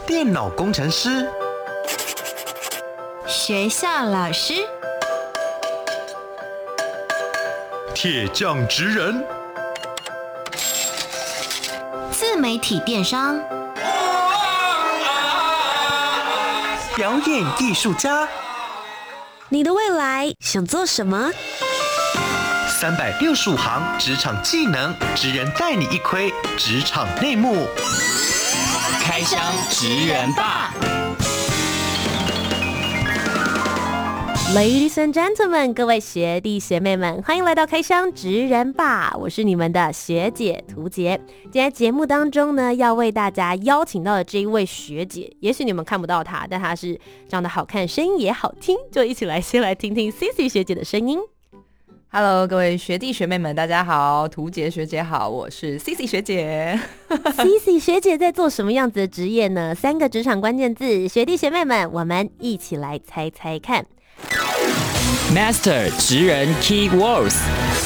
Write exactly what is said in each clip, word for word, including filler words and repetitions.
电脑工程师， 学校老师， 铁匠职人， 自媒体电商， 表演艺术家， 你的未来想做什么？ 三百六十五行职场技能，职人带你一窥职场内幕。 开箱职人吧 ！Ladies and gentlemen， 各位学弟学妹们，欢迎来到开箱职人吧！我是你们的学姐涂洁。今天节目当中呢，要为大家邀请到的这一位学姐，也许你们看不到她，但她是长得好看，声音也好听，就一起来先来听听 C C 学姐的声音。 Hello， 各位学弟学妹们，大家好，涂洁学姐好，我是 C C 学姐。 C C 学姐在做什么样子的职业呢？三个职场关键字，学弟学妹们，我们一起来猜猜看。 Master 职人 Key Words。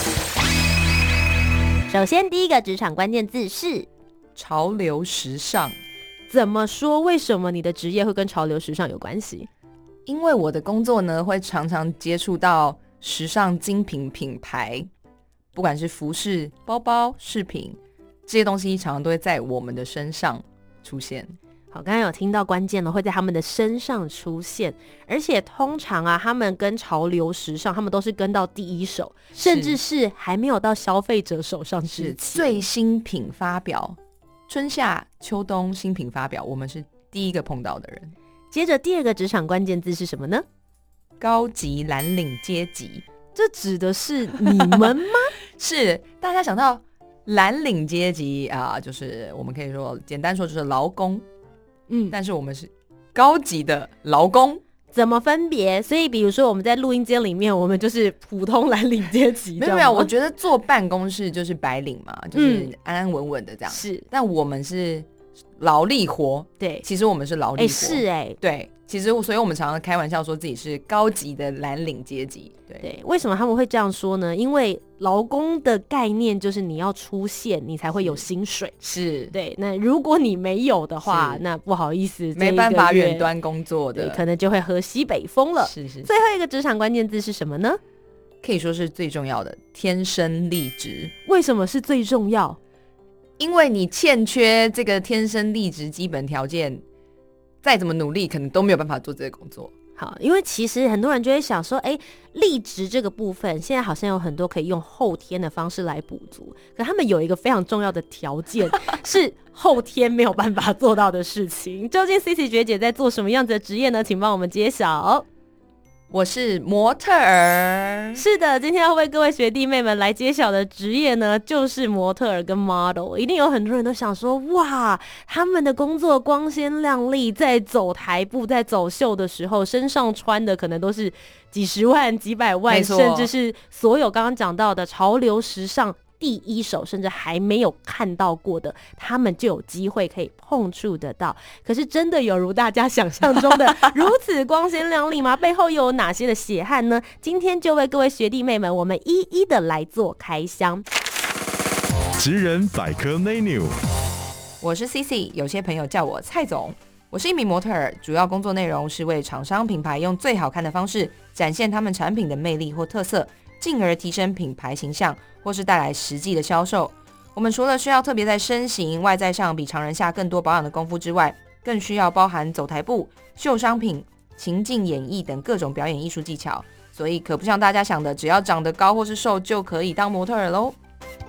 首先，第一个职场关键字是潮流时尚。 怎么说？为什么你的职业会跟潮流时尚有关系？ 因为我的工作呢，会常常接触到时尚精品品牌，不管是服饰、包包、饰品，这些东西常常都会在我们的身上出现。 好，刚刚有听到关键了，会在他们的身上出现，而且通常啊，他们跟潮流时尚，他们都是跟到第一手，甚至是还没有到消费者手上之前， 最新品发表，春夏秋冬新品发表，我们是第一个碰到的人。 接着第二个职场关键字是什么呢？ 高级蓝领阶级。 这指的是你们吗？ 是，大家想到蓝领阶级啊、呃，就是我们可以说简单说就是劳工。嗯，但是我们是高级的劳工， 怎么分别？所以比如说我们在录音间里面，我们就是普通蓝领阶级。 没有没有，我觉得坐办公室就是白领嘛，就是安安稳稳的这样。 是、嗯， 但我们是劳力活，对，其实我们是劳力活，欸、 是哎、欸， 对。其实，所以我们常常开玩笑说自己是高级的蓝领阶级。 对, 对，为什么他们会这样说呢？因为劳工的概念就是你要出现你才会有薪水， 是， 对。那如果你没有的话，那不好意思， 没办法远端工作的， 对，可能就会喝西北风了。 是 是, 是。 最后一个职场关键字是什么呢？ 可以说是最重要的，天生丽质。 为什么是最重要？ 因为你欠缺这个天生丽质基本条件，再怎么努力可能都没有办法做这个工作。 好，因为其实很多人就会想说，哎，丽质这个部分现在好像有很多可以用后天的方式来补足，可他们有一个非常重要的条件是后天没有办法做到的事情。究竟 C C 学姐在做什么样子的职业呢？请帮我们揭晓。 我是模特儿。 是的，今天要为各位学弟妹们来揭晓的职业呢，就是模特儿跟 model。一定有很多人都想说，哇，他们的工作光鲜亮丽，在走台步、在走秀的时候，身上穿的可能都是几十万、几百万，甚至是所有刚刚讲到的潮流时尚第一手，甚至还没有看到过的，他们就有机会可以碰触得到。可是真的有如大家想象中的如此光鲜亮丽吗？背后又有哪些的血汗呢？今天就为各位学弟妹们，我们一一的来做开箱。 职人百科 menu， 我是 C C， 有些朋友叫我蔡总。我是一名模特儿，主要工作内容是为厂商品牌用最好看的方式展现他们产品的魅力或特色，进而提升品牌形象，或是带来实际的销售。我们除了需要特别在身形外在上比常人下更多保养的功夫之外，更需要包含走台步、秀商品、情境演绎等各种表演艺术技巧。所以可不像大家想的，只要长得高或是瘦就可以当模特儿咯。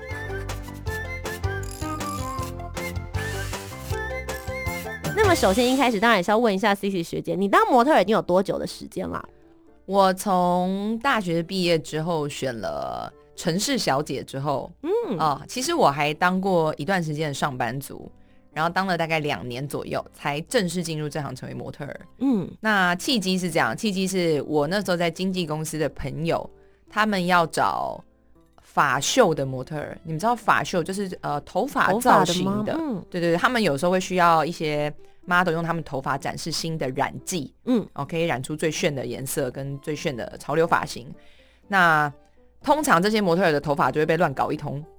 那么首先一开始当然也是要问一下 C C 学姐，你当模特儿已经有多久的时间了？ 我从大学毕业之后选了城市小姐之后，嗯啊、呃，其实我还当过一段时间的上班族，然后当了大概两年左右，才正式进入这行成为模特儿。嗯，那契机是这样，契机是我那时候在经纪公司的朋友，他们要找发秀的模特儿。你们知道发秀就是呃头发造型的，的嗯、对对对，他们有时候会需要一些 model 用他们头发展示新的染剂，嗯，哦，可以染出最炫的颜色跟最炫的潮流发型。那通常这些模特儿的头发就会被乱搞一通，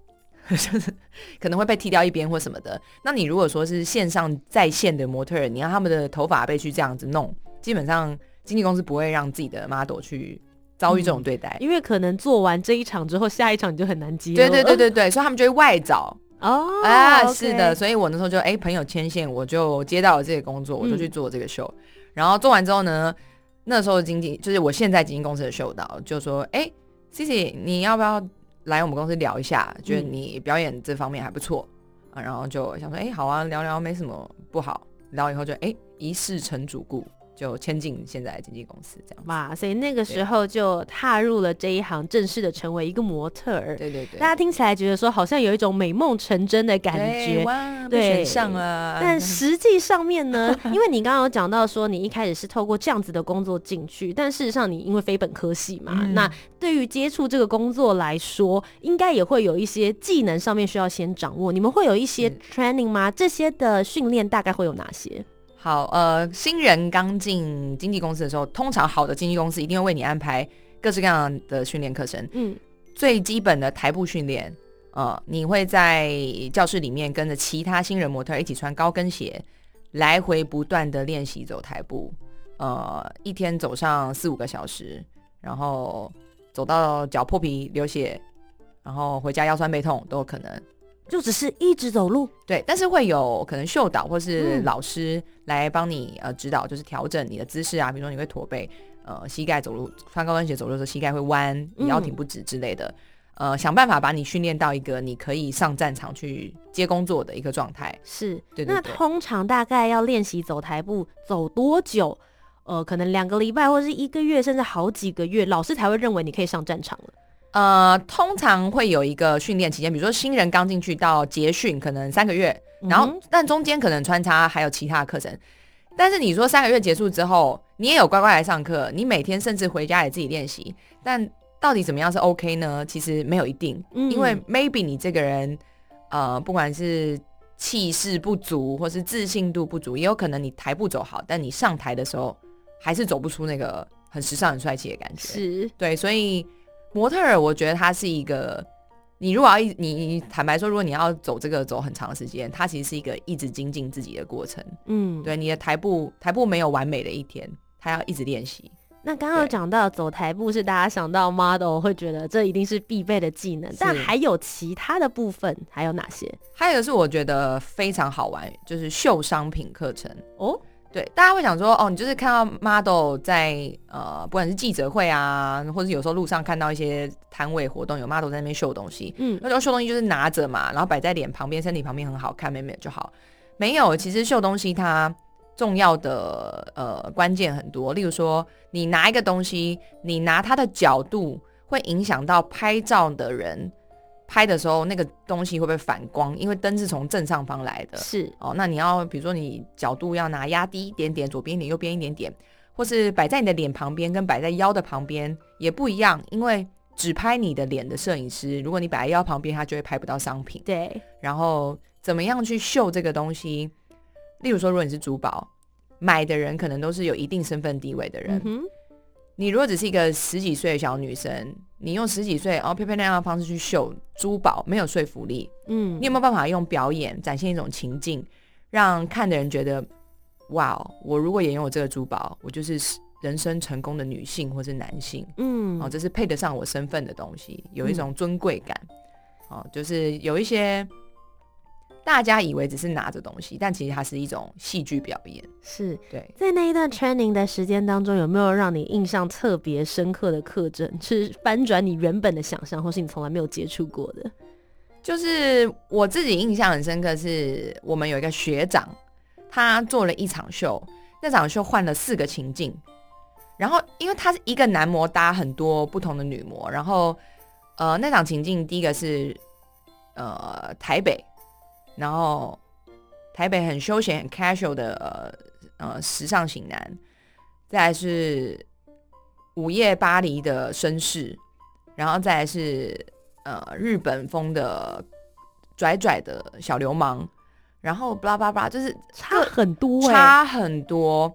就是可能会被踢掉一边或什么的。那你如果说是线上在线的模特儿，你让他们的头发被去这样子弄，基本上经纪公司不会让自己的 model 去遭遇这种对待、 嗯、因为可能做完这一场之后，下一场你就很难接了。 对对对对对，所以他们就会外找。 哦啊， okay 是的，所以我那时候就哎、欸、朋友牵线，我就接到了这个工作，我就去做这个秀、嗯、然后做完之后呢，那时候的经纪就是我现在经纪公司的秀导就说，哎、欸、Cici 你要不要来我们公司聊一下，觉得你表演这方面还不错、嗯啊、然后就想说哎、欸、好啊，聊聊没什么不好，聊以后就哎、欸、一试成主顾，就签进现在的经纪公司这样。 哇，所以那个时候就踏入了这一行，正式的成为一个模特儿。 对对对， 大家听起来觉得说好像有一种美梦成真的感觉， 哇，被选上了。 但实际上面呢，因为你刚刚有讲到说你一开始是透过这样子的工作进去，但事实上你因为非本科系嘛、嗯，那对于接触这个工作来说，应该也会有一些技能上面需要先掌握。你们会有一些 training 吗？这些的训练大概会有哪些？ 好，呃，新人刚进经纪公司的时候，通常好的经纪公司一定会为你安排各式各样的训练课程。嗯，最基本的台步训练，呃，你会在教室里面跟着其他新人模特一起穿高跟鞋，来回不断的练习走台步，呃，一天走上四五个小时，然后走到脚破皮流血，然后回家腰酸背痛都有可能。 就只是一直走路， 对，但是会有可能秀导或是老师来帮你、嗯、呃指导，就是调整你的姿势啊，比如说你会驼背，呃，膝盖走路穿高跟鞋走路的时候膝盖会弯，腰挺不直之类的、嗯，呃，想办法把你训练到一个你可以上战场去接工作的一个状态。 是， 对对对。 那通常大概要练习走台步走多久？呃，可能两个礼拜或是一个月，甚至好几个月，老师才会认为你可以上战场了。 呃，通常会有一个训练期间，比如说新人刚进去到结训，可能三个月，然后、嗯、但中间可能穿插还有其他的课程。但是你说三个月结束之后，你也有乖乖来上课，你每天甚至回家也自己练习，但到底怎么样是 OK 呢？其实没有一定，嗯、因为 maybe 你这个人，呃，不管是气势不足或是自信度不足，也有可能你台步走好，但你上台的时候还是走不出那个很时尚、很帅气的感觉。 是， 对，所以。模特儿，我觉得它是一个，你如果要一你你坦白说，如果你要走这个走很长的时间，它其实是一个一直精进自己的过程。嗯，对，你的台步台步没有完美的一天，它要一直练习。 那刚刚有讲到走台步是大家想到 model 会觉得这一定是必备的技能，但还有其他的部分，还有哪些？ 还有是我觉得非常好玩，就是秀商品课程哦。 对，大家会想说，哦，你就是看到 model 在呃，不管是记者会啊，或者有时候路上看到一些摊位活动，有 model 在那边秀东西，嗯，那种秀东西就是拿着嘛，然后摆在脸旁边、身体旁边很好看，美美就好。没有，其实秀东西它重要的呃关键很多，例如说，你拿一个东西，你拿它的角度会影响到拍照的人。拍的时候那个东西会不会反光，因为灯是从正上方来的， 是哦。那你要比如说你角度要拿压低一点点，左边一点右边一点点，或是摆在你的脸旁边跟摆在腰的旁边也不一样，因为只拍你的脸的摄影师，如果你摆在腰旁边他就会拍不到商品。 对， 然后怎么样去秀这个东西，例如说如果你是珠宝买的人可能都是有一定身份地位的人、嗯、你如果只是一个十几岁的小女生，你用十几岁然后漂漂亮亮的方式去秀珠宝，没有说服力。嗯，你有没有办法用表演展现一种情境，让看的人觉得，哇，我如果也拥有这个珠宝，我就是人生成功的女性或是男性。嗯，哦，这是配得上我身份的东西，有一种尊贵感。嗯、哦，就是有一些大家以为只是拿着东西，但其实它是一种戏剧表演。 是， 对。 在那一段 training 的时间当中，有没有让你印象特别深刻的课程，是翻转你原本的想象，或是你从来没有接触过的？ 就是我自己印象很深刻，是我们有一个学长，他做了一场秀，那场秀换了四个情境，然后因为他是一个男模搭很多不同的女模，然后呃那场情境第一个是呃台北。然后台北很休闲很 casual 的 呃, 呃时尚型男，再来是午夜巴黎的绅士，然后再来是呃日本风的拽拽的小流氓，然后 blah blah blah 就是差很多、欸、 差很多。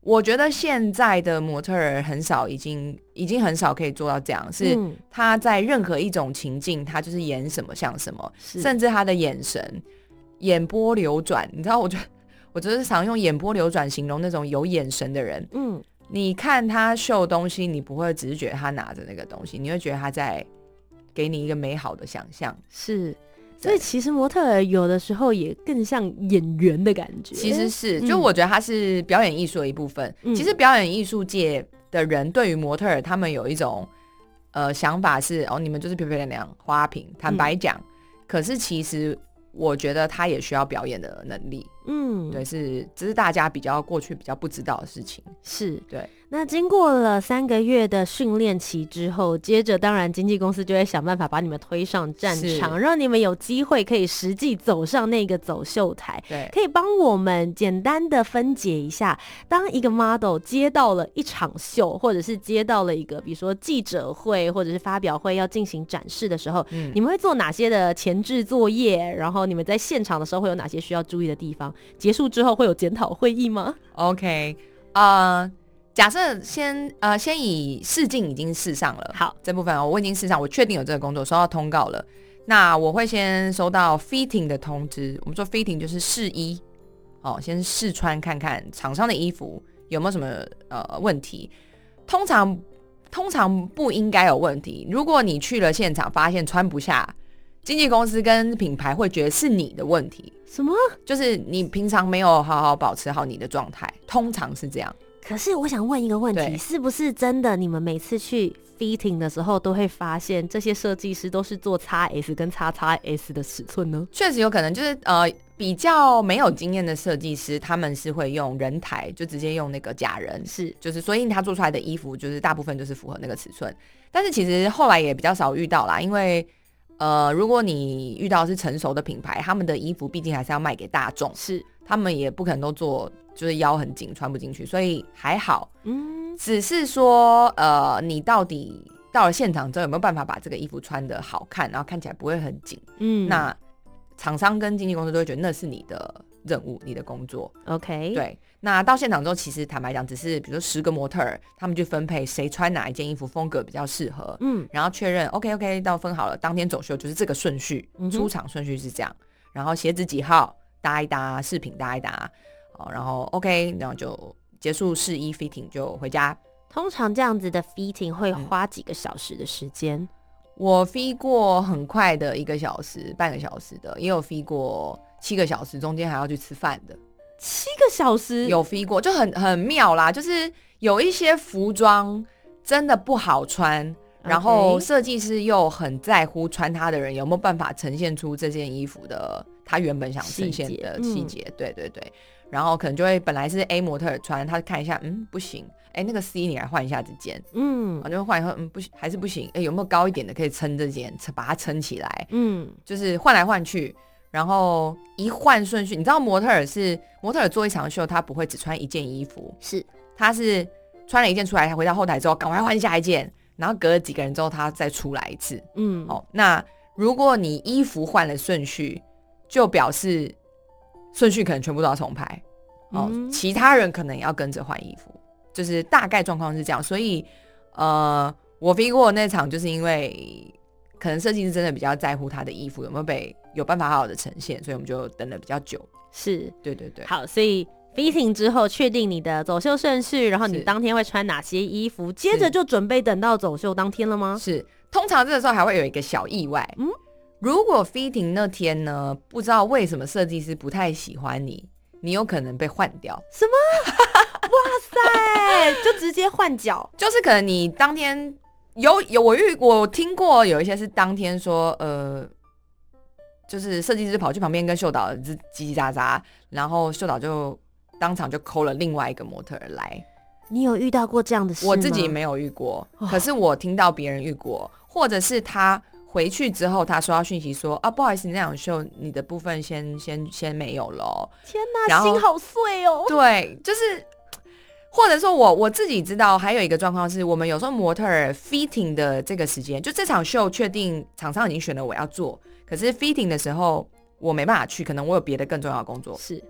我觉得现在的模特儿很少，已经已经很少可以做到这样，是他在任何一种情境，他就是演什么像什么，甚至他的眼神、眼波流转，你知道，我觉得我就是常用眼波流转形容那种有眼神的人。嗯，你看他秀东西，你不会只是觉得他拿着那个东西，你会觉得他在给你一个美好的想象。 是。所以其实模特儿有的时候也更像演员的感觉， 其实是，就我觉得它是表演艺术的一部分。嗯、其实表演艺术界的人对于模特儿，他们有一种呃想法是，哦，你们就是漂漂亮亮花瓶。坦白讲，嗯、可是其实我觉得他也需要表演的能力。嗯，对，是，这是大家比较过去比较不知道的事情。 是， 对。 那经过了三个月的训练期之后，接着当然经纪公司就会想办法把你们推上战场，让你们有机会可以实际走上那个走秀台。 对， 可以帮我们简单的分解一下，当一个 model 接到了一场秀，或者是接到了一个比如说记者会或者是发表会要进行展示的时候，嗯、你们会做哪些的前置作业？然后你们在现场的时候会有哪些需要注意的地方？结束之后会有检讨会议吗 ？OK， 呃。假设先呃先以试镜已经试上了， 好， 这部分哦，我已经试上，我确定有这个工作，收到通告了。那我会先收到 fitting 的通知，我们说 fitting 就是试衣，哦，先试穿看看厂商的衣服有没有什么呃问题。通常通常不应该有问题。如果你去了现场发现穿不下，经纪公司跟品牌会觉得是你的问题。 什么？ 就是你平常没有好好保持好你的状态，通常是这样。 可是我想问一个问题，是不是真的你们每次去 fitting 的时候都会发现这些设计师都是做 X S 跟 X X S 的尺寸呢？ 确实有可能，就是呃比较没有经验的设计师，他们是会用人台，就直接用那个假人， 是就是所以他做出来的衣服就是大部分就是符合那个尺寸。但是其实后来也比较少遇到啦，因为呃如果你遇到是成熟的品牌，他们的衣服毕竟还是要卖给大众， 是他们也不可能都做就是腰很紧穿不进去，所以还好。嗯，只是说呃你到底到了现场之后有没有办法把这个衣服穿得好看，然后看起来不会很紧。嗯，那厂商跟经纪公司都会觉得那是你的任务，你的工作。 OK， 对。那到现场之后，其实坦白讲只是比如说十个模特儿，他们去分配谁穿哪一件衣服风格比较适合，嗯，然后确认 OK OK 到分好了，当天走秀就是这个顺序，嗯、出场顺序是这样，然后鞋子几号搭一搭，饰品搭一搭，然后 OK， 然后就结束试衣 fitting 就回家。 通常这样子的 fitting 会花几个小时的时间？嗯、 我 fit 过很快的一个小时、半个小时的，也有 fit 过七个小时，中间还要去吃饭的。 七个小时有 fit 过，就很很妙啦。就是有一些服装真的不好穿， okay. 然后设计师又很在乎穿它的人有没有办法呈现出这件衣服的他原本想呈现的细节。嗯、对对对。然后可能就会本来是 A 模特穿，他看一下，嗯，不行，哎，那个 C 你来换一下这件，嗯，我就换以后，嗯，不行，还是不行，哎，有没有高一点的可以撑这件，把它撑起来，嗯，就是换来换去，然后一换顺序，你知道模特儿是模特儿做一场秀，他不会只穿一件衣服， 是， 他是穿了一件出来，他回到后台之后赶快换下一件，然后隔了几个人之后他再出来一次，嗯，哦，那如果你衣服换了顺序，就表示顺序可能全部都要重排，哦，嗯、其他人可能也要跟着换衣服，就是大概状况是这样。所以，呃，我飞过那场，就是因为可能设计师真的比较在乎他的衣服有没有被有办法好好的呈现，所以我们就等了比较久。 是， 对对对。 好，所以 fitting 之后确定你的走秀顺序，然后你当天会穿哪些衣服，接着就准备等到走秀当天了吗？ 是，通常这个时候还会有一个小意外，嗯。如果 fitting 那天呢，不知道为什么设计师不太喜欢你，你有可能被换掉。 什么？哇塞，就直接换角？ 就是可能你当天有有我遇我听过有一些是当天说，呃，就是设计师跑去旁边跟秀导叽叽喳喳，然后秀导就当场就扣了另外一个模特儿来。 你有遇到过这样的事吗？ 我自己没有遇过，可是我听到别人遇过，或者是他回去之后，他收到讯息说啊，不好意思，你那场秀你的部分先先先没有了。 天哪，心好碎哦。 对，就是，或者说我我自己知道，还有一个状况是，我们有时候模特儿 fitting 的这个时间，就这场秀确定厂商已经选了我要做，可是 fitting 的时候我没办法去，可能我有别的更重要的工作。 是，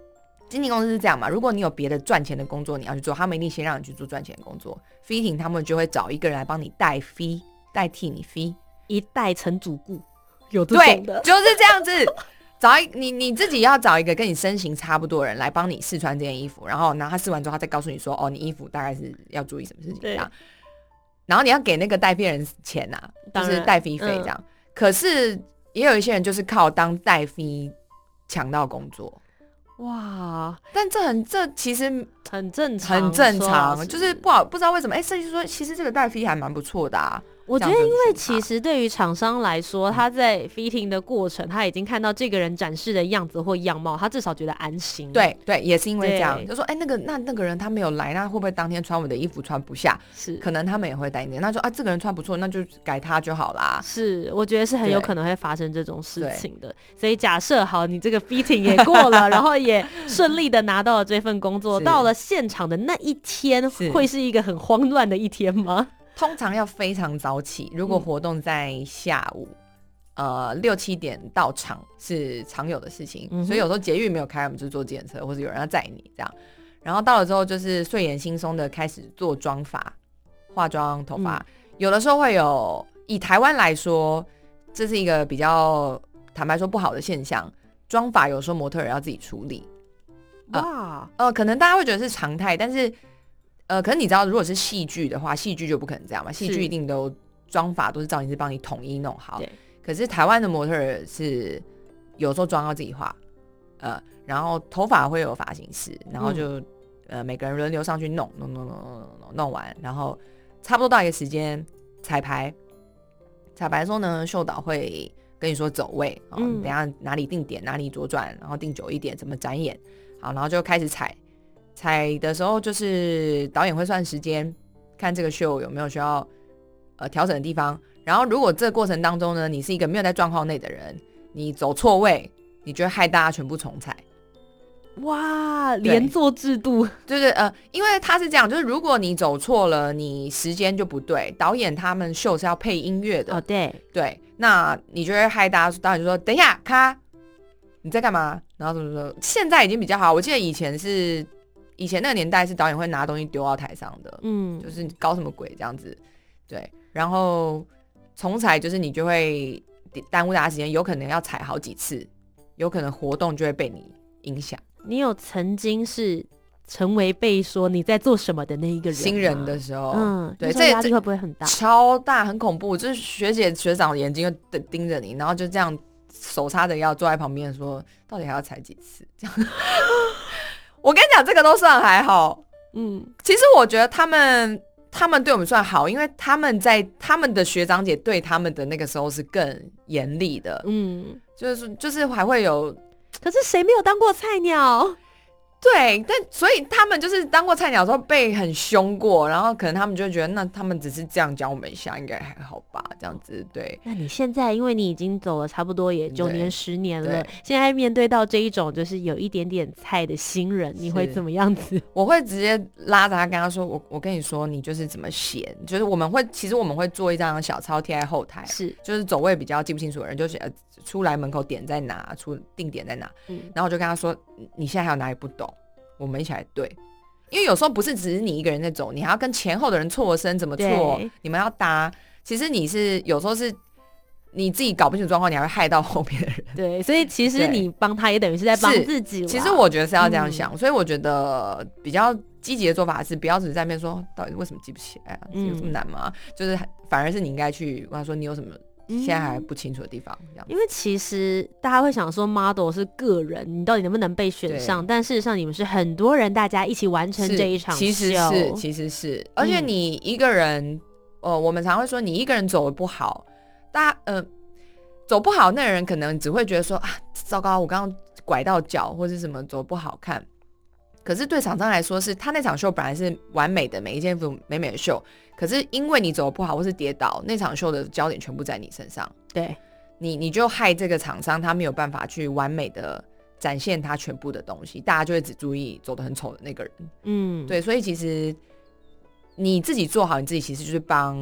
经纪公司是这样嘛，如果你有别的赚钱的工作你要去做，他们一定先让你去做赚钱的工作。fitting 他们就会找一个人来帮你代 fee， 代替你 fee， 一代成主顾，有这种的， 对，就是这样子。找一你你自己要找一个跟你身形差不多的人来帮你试穿这件衣服，然后然后他试完之后，他再告诉你说，哦，你衣服大概是要注意什么事情这样。然后你要给那个代费人钱啊，就是代 fee 费这样、嗯。可是也有一些人就是靠当代 fee 抢到工作。哇！但这很这其实很正常， 很正常，就是不好不知道为什么。哎、欸，设计师说，其实这个代 fee 还蛮不错的啊。 我觉得，因为其实对于厂商来说，他在 fitting 的过程，他已经看到这个人展示的样子或样貌，他至少觉得安心。 对对，也是因为这样，就说，哎、欸，那个那那个人他没有来，那会不会当天穿我的衣服穿不下？是，可能他们也会担心。那说啊，这个人穿不错，那就改他就好啦。 是，我觉得是很有可能会发生这种事情的。所以假设好，你这个 fitting 也过了，然后也顺利的拿到了这份工作，到了现场的那一天，会是一个很慌乱的一天吗？ 通常要非常早起，如果活动在下午，嗯、呃六七点到场是常有的事情、嗯，所以有时候捷运没有开，我们就坐计程车，或者有人要载你这样。然后到了之后，就是睡眼惺忪的开始做妆发、化妆、头发、嗯。有的时候会有，以台湾来说，这是一个比较坦白说不好的现象，妆发有时候模特儿要自己处理。哇，呃，可能大家会觉得是常态，但是。呃，可是你知道，如果是戏剧的话，戏剧就不可能这样嘛。戏剧一定都妆发都是造型师帮你统一弄好。可是台湾的模特儿是有时候妆要自己画，呃，然后头发会有发型师，然后就、嗯、呃每个人轮流上去弄弄弄弄弄弄弄完，然后差不多到一个时间彩排。彩排的时候呢，秀导会跟你说走位，哦、嗯，等一下哪里定点，哪里左转，然后定久一点，怎么展演，好，然后就开始踩。踩的时候就是导演会算时间，看这个秀有没有需要呃调整的地方。然后如果这个过程当中呢，你是一个没有在状况内的人，你走错位，你就会害大家全部重踩。 哇，连坐制度， 就是呃，因为他是这样，就是如果你走错了，你时间就不对。导演他们秀是要配音乐的， 哦，对对，那你就会害大家，导演就说等一下，咔，你在干嘛？然后怎么说？现在已经比较好，我记得以前是。以前那个年代是导演会拿东西丢到台上的，嗯，就是搞什么鬼这样子，对。然后重踩就是你就会耽误大家时间，有可能要踩好几次，有可能活动就会被你影响。 你有曾经是成为被说你在做什么的那一个人吗？ 新人的时候，嗯，对， 这压力会不会很大？ 超大，很恐怖。就是学姐学长的眼睛就盯着你，然后就这样手叉着腰坐在旁边说，到底还要踩几次这样。我跟你讲，这个都算还好。嗯，其实我觉得他们他们对我们算好，因为他们在他们的学长姐对他们的那个时候是更严厉的。嗯，就是就是还会有， 可是谁没有当过菜鸟？ 对，但所以他们就是当过菜鸟的时候被很凶过，然后可能他们就觉得那他们只是这样讲我们一下，应该还好吧，这样子。对。 那你现在因为你已经走了差不多也九年十年了，现在面对到这一种就是有一点点菜的新人，你会怎么样子？ 我会直接拉着他跟他说，我我跟你说，你就是怎么写，就是我们会其实我们会做一张小抄贴在后台，是就是走位比较记不清楚的人就写、呃、出来门口点在哪，出定点在哪、嗯，然后我就跟他说，你现在还有哪里不懂？我们一起来对，因为有时候不是只是你一个人在走，你还要跟前后的人错身怎么错，你们要搭。其实你是有时候是你自己搞不清楚状况，你还会害到后面的人。 对，所以其实你帮他也等于是在帮自己了。 其实我觉得是要这样想、嗯，所以我觉得比较积极的做法是不要只是在那边说到底为什么记不起来啊，有这么难吗？嗯、就是反而是你应该去问他说你有什么。现在还不清楚的地方、嗯、 因为其实大家会想说 model 是个人，你到底能不能被选上，但事实上你们是很多人大家一起完成这一场秀， 其实是其实是而且你一个人、嗯呃、我们常会说你一个人走的不好，大家呃走不好那个人可能只会觉得说啊糟糕我刚刚拐到脚或是什么走不好看，可是对厂商来说是他那场秀本来是完美的，每一件衣服美美的秀，可是因为你走得不好或是跌倒，那场秀的焦点全部在你身上， 对， 你你就害这个厂商他没有办法去完美的展现他全部的东西，大家就会只注意走得很丑的那个人。嗯，对，所以其实你自己做好你自己，其实就是帮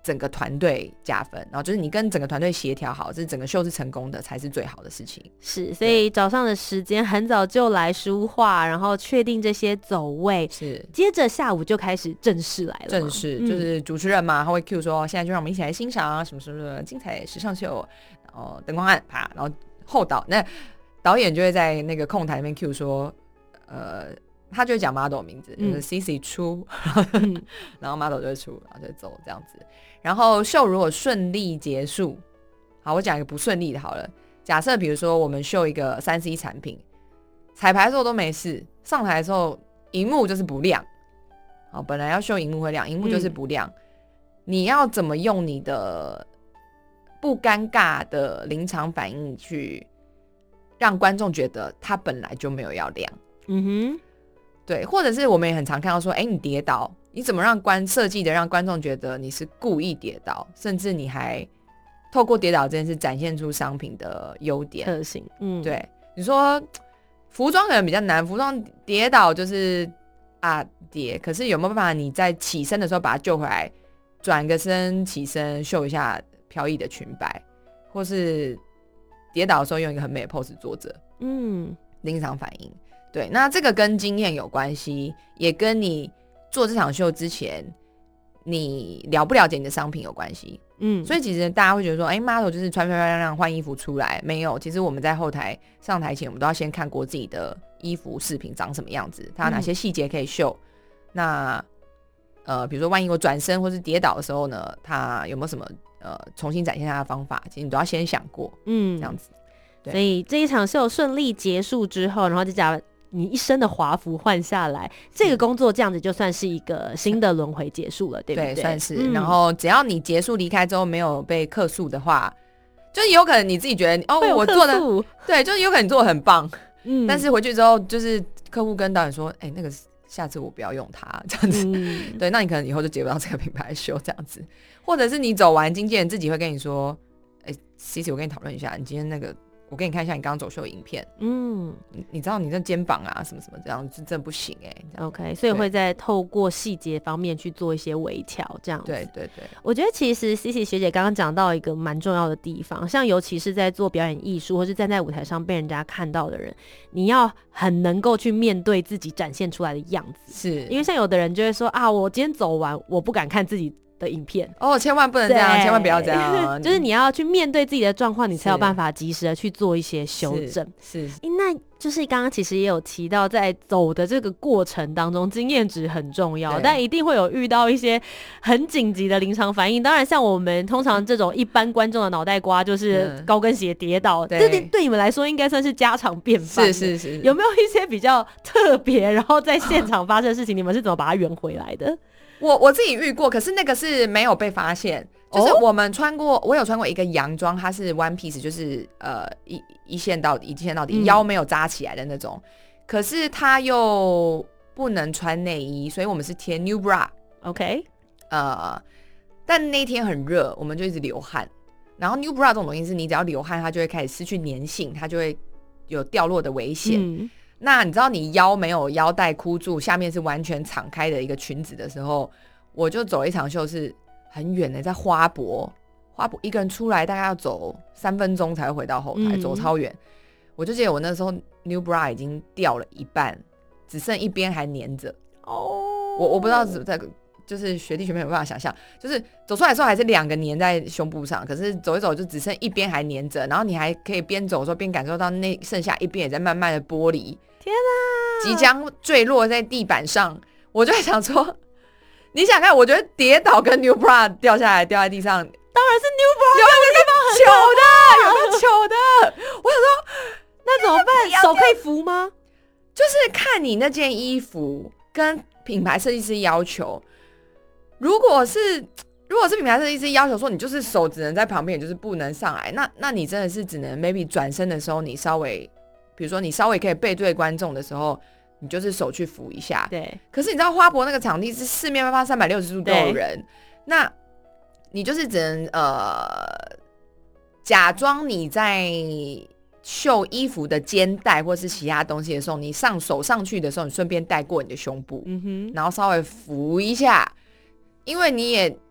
整个团队加分，然后就是你跟整个团队协调好，这整个秀是成功的才是最好的事情。 是，所以早上的时间很早就来梳化，然后确定这些走位， 是， 接着下午就开始正式来了。 正式、嗯、就是主持人嘛，他会 cue 说，现在就让我们一起来欣赏什么什么的精彩时尚秀，然后灯光暗啪，然后后导那导演就会在那个控台里面 cue 说，呃。他就会讲 model 名字，就是 C C 出、嗯、然后 model 就会出，然后就走这样子。然后秀如果顺利结束，好，我讲一个不顺利的好了。假设比如说我们秀一个 三 C 产品，彩排的时候都没事，上台的时候荧幕就是不亮，好，本来要秀荧幕会亮，荧幕就是不亮、嗯、你要怎么用你的不尴尬的临场反应去让观众觉得他本来就没有要亮？嗯哼，对，或者是我们也很常看到说，哎，你跌倒，你怎么让观设计的让观众觉得你是故意跌倒，甚至你还透过跌倒这件事展现出商品的优点特性。嗯， 对，你说服装可能比较难，服装跌倒就是啊跌，可是有没有办法你在起身的时候把它救回来，转个身起身秀一下飘逸的裙摆，或是跌倒的时候用一个很美的 pose 坐着，嗯，临场反应。对，那这个跟经验有关系，也跟你做这场秀之前你了不了解你的商品有关系。嗯，所以其实大家会觉得说，哎 ，model 就是穿漂漂亮亮换衣服出来，没有。其实我们在后台上台前，我们都要先看过自己的衣服饰品长什么样子，它有哪些细节可以秀。嗯、那呃，比如说万一我转身或是跌倒的时候呢，它有没有什么呃重新展现它的方法？其实你都要先想过。嗯，这样子。 所以这一场秀顺利结束之后，然后就讲你一身的华服换下来，这个工作这样子就算是一个新的轮回结束了，对不对？ 对，算是、嗯。然后只要你结束离开之后没有被客诉的话，就是有可能你自己觉得哦，我做的对，就是有可能你做的很棒，嗯，但是回去之后就是客户跟导演说，哎、欸，那个下次我不要用它这样子、嗯，对，那你可能以后就接不到这个品牌的秀这样子，或者是你走完，经纪人自己会跟你说，哎、欸、，C C， 我跟你讨论一下，你今天那个。我给你看一下你刚刚走秀的影片，嗯，你, 你知道你这肩膀啊什么什么这样是真的不行哎、欸。 OK， 所以会在透过细节方面去做一些微调，这样子。 对对对， 我觉得其实 C C 学姐刚刚讲到一个蛮重要的地方，像尤其是在做表演艺术或是站在舞台上被人家看到的人，你要很能够去面对自己展现出来的样子， 是因为像有的人就会说啊，我今天走完，我不敢看自己的影片哦，千万不能这样，千万不要这样， 就是你要去面对自己的状况，你才有办法及时的去做一些修正。 是，是那就是刚刚其实也有提到，在走的这个过程当中，经验值很重要，但一定会有遇到一些很紧急的临场反应。当然，像我们通常这种一般观众的脑袋瓜，就是高跟鞋跌倒，这、嗯、对你们来说应该算是家常便饭。 是是是， 有没有一些比较特别，然后在现场发生的事情，你们是怎么把它圆回来的？ 我我自己遇过，可是那个是没有被发现。就是我们穿过，我有穿过一个洋装，它是 one piece， 就是呃一一线到底，一线到底，嗯、腰没有扎起来的那种。可是它又不能穿内衣，所以我们是贴 new bra。OK， 呃，但那天很热，我们就一直流汗。然后 new bra 这种东西是你只要流汗，它就会开始失去粘性，它就会有掉落的危险。嗯，那你知道你腰没有腰带箍住，下面是完全敞开的一个裙子的时候，我就走了一场秀是很远的，在花博，花博一个人出来大概要走三分钟才会回到后台，嗯、走超远。我就记得我那时候 new bra 已经掉了一半，只剩一边还粘着。哦，我我不知道在就是学弟学妹有办法想象，就是走出来的时候还是两个粘在胸部上，可是走一走就只剩一边还粘着，然后你还可以边走的时候边感受到那剩下一边也在慢慢的剥离。 天啊！ 即将坠落在地板上，我就会想说，你想看？我觉得跌倒跟 new bra 掉下来掉在地上，当然是 new bra， 有没有地方糗的？有没有糗的？我想说， 那怎么办？手可以扶吗？ 就是看你那件衣服跟品牌设计师要求，如果是如果是品牌设计师要求说你就是手只能在旁边，也就是不能上来，那那你真的是只能 maybe 转身的时候，你稍微。比如说你稍微可以背对观众的时候，你就是手去扶一下。 对。 可是你知道花博那个场地是四面八方三百六十度都有人，那你就是只能呃假装你在秀衣服的肩带或是其他东西的时候，你上手上去的时候，你顺便带过你的胸部，嗯哼，然后稍微扶一下，因为你也因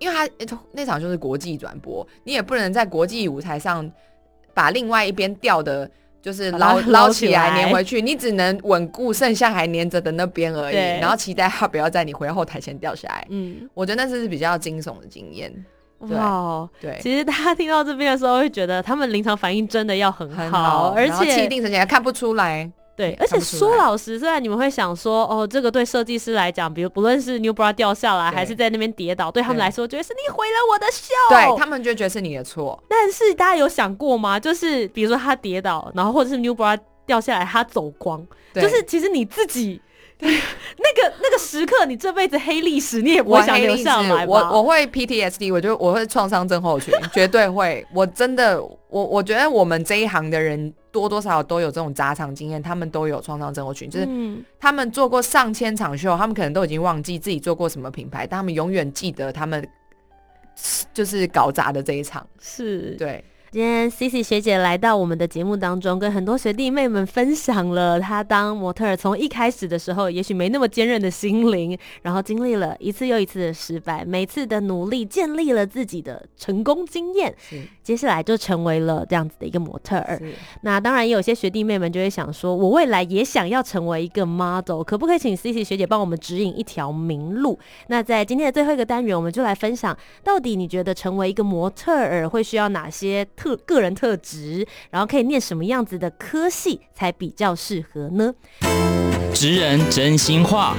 因为他那场就是国际转播，你也不能在国际舞台上把另外一边掉的就是捞捞起来粘回去，你只能稳固剩下还粘着的那边而已，然后期待他不要在你回后台前掉下来。嗯，我觉得那是比较惊悚的经验。 哇， 对， 其实大家听到这边的时候会觉得他们临场反应真的要很好， 很好， 而且气定神闲还看不出来。 对，而且说老实，虽然你们会想说，哦，这个对设计师来讲，比如不论是 new bra 掉下来，还是在那边跌倒，对他们来说，觉得是你毁了我的秀， 对他们就觉得是你的错。 但是大家有想过吗？就是比如说他跌倒，然后或者是 new bra 掉下来，他走光，就是其实你自己。那个那个时刻，你这辈子黑历史，你也不会想留下来吧？ 我我会 P T S D， 我就我会创伤症候群，绝对会。我真的，我我觉得我们这一行的人多多少少都有这种砸场经验，他们都有创伤症候群，就是他们做过上千场秀，他们可能都已经忘记自己做过什么品牌，但他们永远记得他们就是搞砸的这一场。 是， 对。 今天 Cici 学姐来到我们的节目当中，跟很多学弟妹们分享了她当模特儿从一开始的时候也许没那么坚韧的心灵，然后经历了一次又一次的失败，每次的努力建立了自己的成功经验，接下来就成为了这样子的一个模特儿。那当然也有些学弟妹们就会想说，我未来也想要成为一个 model， 可不可以请 Cici 学姐帮我们指引一条明路？那在今天的最后一个单元，我们就来分享，到底你觉得成为一个模特儿会需要哪些特个人特质，然后可以念什么样子的科系才比较适合呢？ 职人真心话。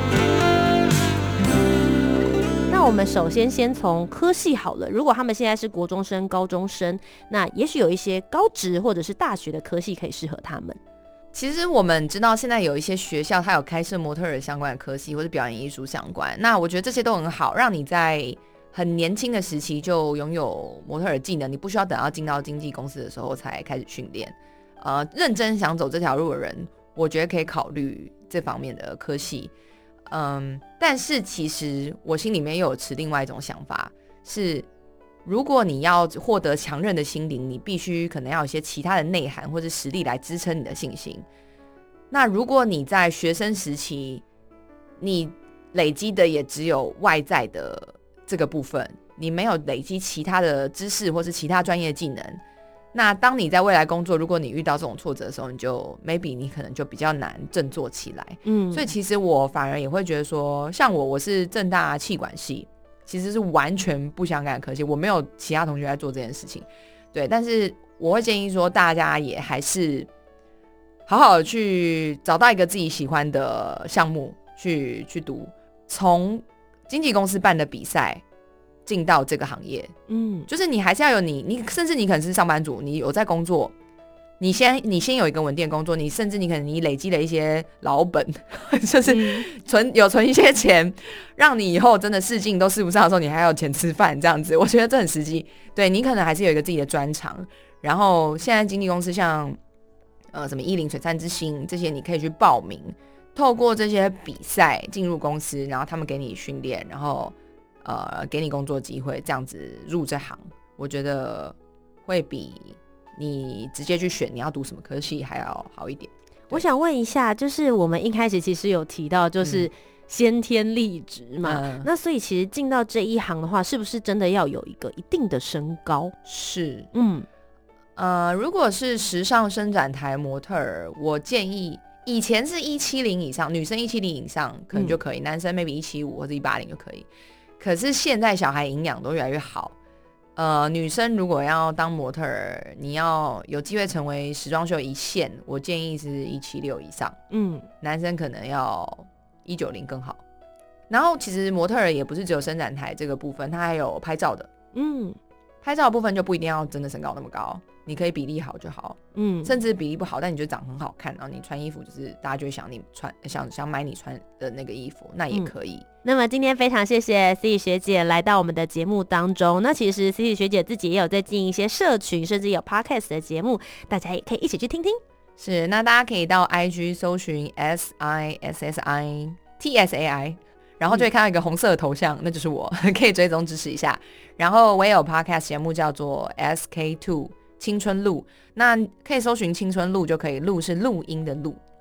那我们首先先从科系好了，如果他们现在是国中生、高中生，那也许有一些高职或者是大学的科系可以适合他们。 其实我们知道现在有一些学校它有开设模特儿相关的科系或者表演艺术相关，那我觉得这些都很好，让你在很年轻的时期就拥有模特儿技能，你不需要等到进到经纪公司的时候才开始训练。呃，认真想走这条路的人，我觉得可以考虑这方面的科系。嗯，但是其实我心里面又有持另外一种想法，是如果你要获得强韧的心灵，你必须可能要有一些其他的内涵或者实力来支撑你的信心。那如果你在学生时期，你累积的也只有外在的这个部分，你没有累积其他的知识或是其他专业技能，那当你在未来工作，如果你遇到这种挫折的时候，你就 maybe 你可能就比较难振作起来。嗯，所以其实我反而也会觉得说，像我我是政大企管系，其实是完全不相干的科系，我没有其他同学在做这件事情。对，但是我会建议说，大家也还是好好的去找到一个自己喜欢的项目去去读，从经纪公司办的比赛进到这个行业，嗯，就是你还是要有你，你甚至你可能是上班族，你有在工作，你先你先有一个稳定的工作，你甚至你可能你累积了一些老本，就是存有存一些钱，让你以后真的试镜都试不上的时候，你还有钱吃饭这样子，我觉得这很实际。对，你可能还是有一个自己的专长，然后现在经纪公司像呃什么一零璀璨之星这些，你可以去报名。透过这些比赛进入公司，然后他们给你训练，然后呃给你工作机会，这样子入这行，我觉得会比你直接去选你要读什么科系还要好一点。 我想问一下，就是我们一开始其实有提到，就是先天丽质嘛、嗯，那所以其实进到这一行的话，是不是真的要有一个一定的身高？ 是，嗯，呃，如果是时尚伸展台模特儿，我建议。以前是一七零以上，女生一七零以上可能就可以，嗯、男生 maybe 一七五或者一八零就可以。可是现在小孩营养都越来越好，呃，女生如果要当模特儿，你要有机会成为时装秀一线，我建议是一七六以上，嗯，男生可能要一九零更好。然后其实模特儿也不是只有伸展台这个部分，它还有拍照的，嗯，拍照的部分就不一定要真的身高那么高。你可以比例好就好，嗯，甚至比例不好，但你就长很好看，然后你穿衣服就是大家就会想你穿，想想买你穿的那个衣服，那也可以。嗯、 那么今天非常谢谢 Cici 学姐来到我们的节目当中。那其实 Cici 学姐自己也有在经营一些社群，甚至有 podcast 的节目，大家也可以一起去听听。 是，那大家可以到 I G 搜寻 S I S S I T S A I。然后就会看到一个红色的头像，嗯、那就是我，可以追踪支持一下。然后我也有 podcast 节目叫做 S K two。青春录，那可以搜寻青春录就可以，录是录音的录，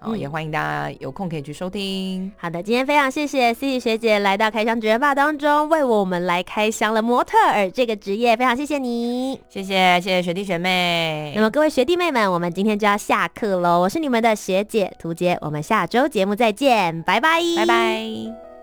哦，嗯、也欢迎大家有空可以去收听。 好的，今天非常谢谢 Cici 学姐来到开箱职人吧当中，为我们来开箱了模特儿这个职业，非常谢谢你， 谢谢谢谢学弟学妹。 那么各位学弟妹们，我们今天就要下课喽，我是你们的学姐涂洁，我们下周节目再见，拜拜， 拜拜。